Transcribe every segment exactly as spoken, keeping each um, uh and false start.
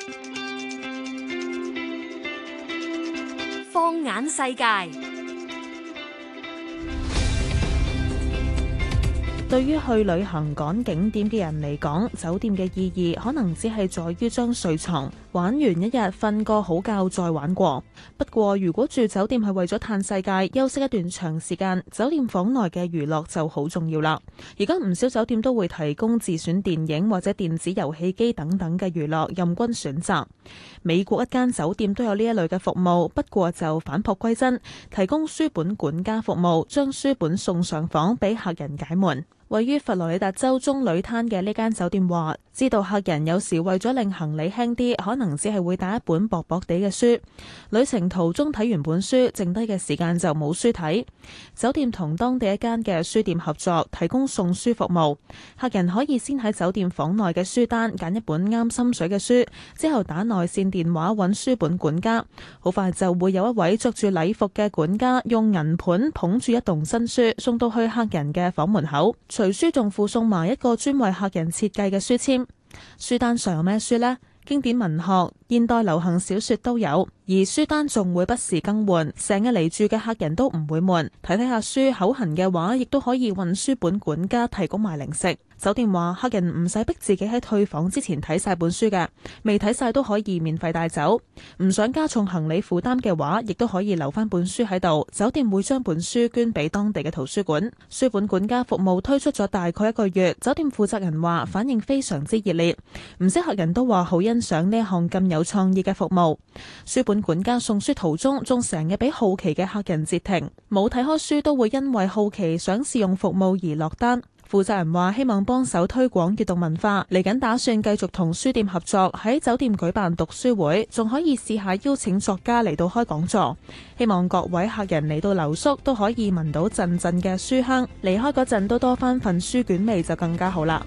放眼世界。 對於去旅行趕景點嘅人嚟講，酒店嘅意義可能只係在於將睡床，玩完一日瞓個好覺再玩過。不過如果住酒店係為咗嘆世界，休息一段長時間，酒店房內嘅娛樂就好重要啦。而家唔少酒店都會提供自選電影或者電子遊戲機等等嘅娛樂，任君選擇。美國一間酒店都有呢一類嘅服務，不過就返璞歸真，提供書本管家服務，將書本送上房俾客人解悶。位於佛羅里達州棕櫚灘嘅呢間酒店話，知道客人有時為咗令行李輕啲，可能只係會帶一本薄薄地嘅書。旅程途中睇完本書，剩低嘅時間就冇書睇。酒店同當地一間嘅書店合作，提供送書服務。客人可以先喺酒店房內嘅書單揀一本啱心水嘅書，之後打內線電話揾書本管家。好快就會有一位着住禮服嘅管家，用銀盤捧住一棟新書送到去客人嘅房門口。隨書仲附送埋一個專為客人設計嘅書籤。書單上有咩書呢？經典文學、現代流行小說都有，而書單仲會不時更換，成日嚟住嘅客人都唔會悶。睇睇下書口痕嘅話，亦都可以揾書本管家提供埋零食。酒店話客人唔使逼自己喺退房之前睇晒本書嘅，未睇晒都可以免費帶走。唔想加重行李負擔嘅話，亦都可以留翻本書喺度。酒店會將本書捐俾當地嘅圖書館。書本管家服務推出咗大概一個月，酒店負責人話反應非常之熱烈，唔少客人都話好欣賞呢一項咁有創意嘅服務。書本管家送書途中仲成日俾好奇嘅客人截停，冇睇開書都會因為好奇想試用服務而落單。負責人話希望幫手推廣閱讀文化，嚟緊打算繼續同書店合作，喺酒店舉辦讀書會，仲可以試下邀請作家嚟到開講座。希望各位客人嚟到留宿都可以聞到陣陣嘅書香，離開嗰陣都多翻份書卷味就更加好啦。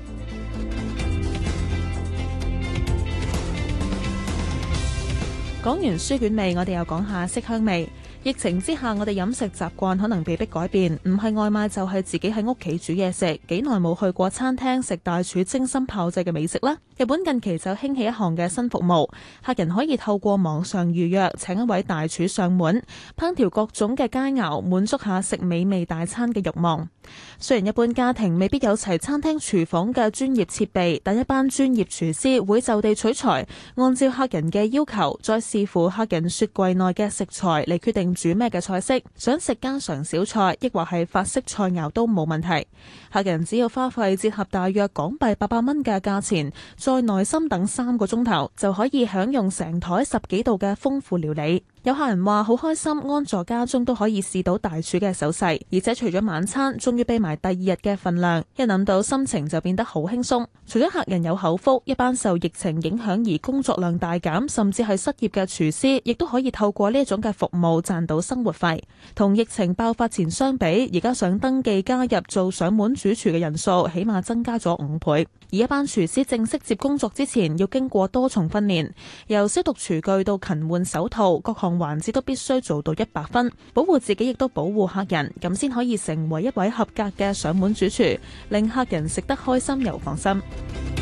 講完書卷味，我哋又講下色香味。疫情之下，我哋飲食習慣可能被迫改變，唔係外賣就係自己喺屋企煮嘢食。幾耐冇去過餐廳食大廚精心炮製嘅美食啦？日本近期就興起一項嘅新服務，客人可以透過網上預約，請一位大廚上門烹調各種嘅佳肴，滿足下食美味大餐嘅慾望。雖然一般家庭未必有齊餐廳廚房嘅專業設備，但一班專業廚師會就地取材，按照客人嘅要求，再視乎客人雪櫃內嘅食材嚟決定煮咩嘅菜式。想食家常小菜，抑或係法式菜肴都冇問題。客人只要花費折合大約港幣八百蚊嘅價錢，再耐心等三個鐘頭，就可以享用成枱十幾道嘅豐富料理。有客人話好開心，安坐家中都可以試到大廚嘅手勢，而且除咗晚餐，仲要備埋第二日嘅份量。一諗到心情就變得好輕鬆。除咗客人有口福，一班受疫情影響而工作量大減，甚至係失業嘅廚師，亦都可以透過呢一種嘅服務賺到生活費。同疫情爆發前相比，而家想登記加入做上門主廚嘅人數，起碼增加咗五倍。而一班廚師正式接工作之前，要經過多重訓練，由消毒廚具到勤換手套，各項環節都必須做到一百分，保護自己亦都保護客人，咁先可以成為一位合格嘅上門主廚，令客人食得開心又放心。